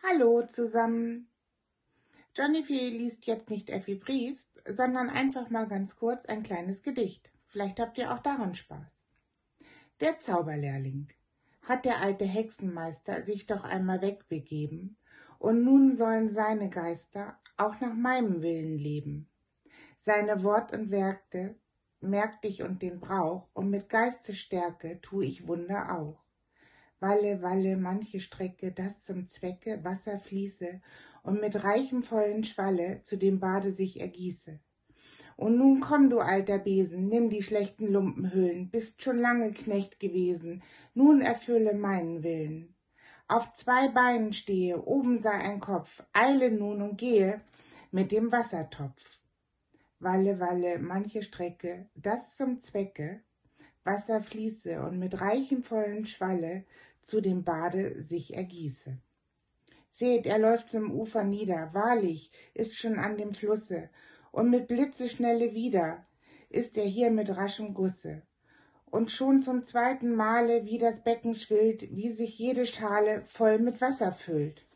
Hallo zusammen. Johnny Fee liest jetzt nicht Effi Briest, sondern einfach mal ganz kurz ein kleines Gedicht. Vielleicht habt ihr auch daran Spaß. Der Zauberlehrling. Hat der alte Hexenmeister sich doch einmal wegbegeben, und nun sollen seine Geister auch nach meinem Willen leben. Seine Wort und Werke merkt ich und den Brauch, und mit Geistesstärke tu ich Wunder auch. Walle, walle, manche Strecke, das zum Zwecke Wasser fließe und mit reichem vollen Schwalle zu dem Bade sich ergieße. Und nun komm, du alter Besen, nimm die schlechten Lumpenhüllen, bist schon lange Knecht gewesen, nun erfülle meinen Willen. Auf 2 Beinen stehe, oben sei ein Kopf, eile nun und gehe mit dem Wassertopf. Walle, walle, manche Strecke, das zum Zwecke Wasser fließe und mit reichem vollen Schwalle zu dem Bade sich ergieße. Seht, er läuft zum Ufer nieder, wahrlich, ist schon an dem Flusse, und mit Blitzeschnelle wieder ist er hier mit raschem Gusse. Und schon zum 2. Male, wie das Becken schwillt, wie sich jede Schale voll mit Wasser füllt.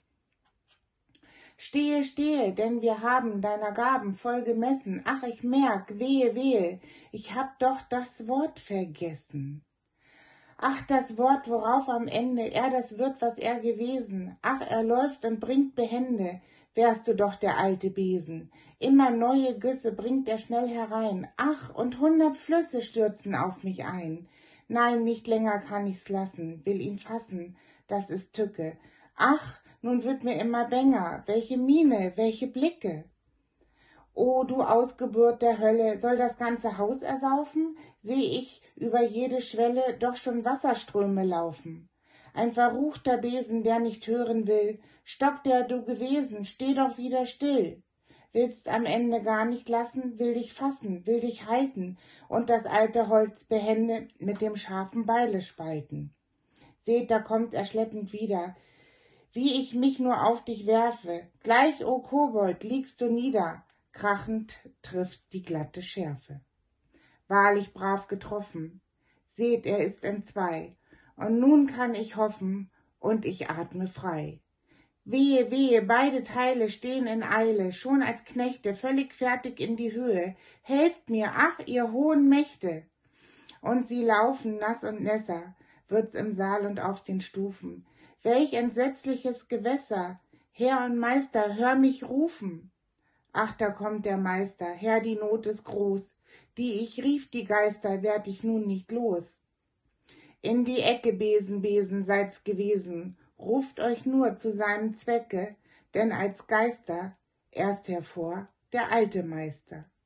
Stehe, stehe, denn wir haben deiner Gaben voll gemessen. Ach, ich merk, wehe, wehe, ich hab doch das Wort vergessen. Ach, das Wort, worauf am Ende er das wird, was er gewesen. Ach, er läuft und bringt behende, wärst du doch der alte Besen. Immer neue Güsse bringt er schnell herein. Ach, und 100 Flüsse stürzen auf mich ein. Nein, nicht länger kann ich's lassen, will ihn fassen, das ist Tücke. Ach, nun wird mir immer bänger, welche Miene, welche Blicke. O, du Ausgeburt der Hölle, soll das ganze Haus ersaufen? Seh ich über jede Schwelle doch schon Wasserströme laufen. Ein verruchter Besen, der nicht hören will, Stock, der du gewesen, steh doch wieder still. Willst am Ende gar nicht lassen, will dich fassen, will dich halten und das alte Holz behende mit dem scharfen Beile spalten. Seht, da kommt er schleppend wieder, wie ich mich nur auf dich werfe. Gleich, o Kobold, liegst du nieder, krachend trifft die glatte Schärfe. Wahrlich brav getroffen, seht, er ist entzwei, und nun kann ich hoffen, und ich atme frei. Wehe, wehe, beide Teile stehen in Eile, schon als Knechte, völlig fertig in die Höhe. Helft mir, ach, ihr hohen Mächte! Und sie laufen, nass und nässer, wird's im Saal und auf den Stufen. Welch entsetzliches Gewässer! Herr und Meister, hör mich rufen! Ach, da kommt der Meister, Herr, die Not ist groß, die ich rief, die Geister, werd ich nun nicht los. In die Ecke, Besen, Besen, seid's gewesen, ruft euch nur zu seinem Zwecke, denn als Geister erst hervor der alte Meister.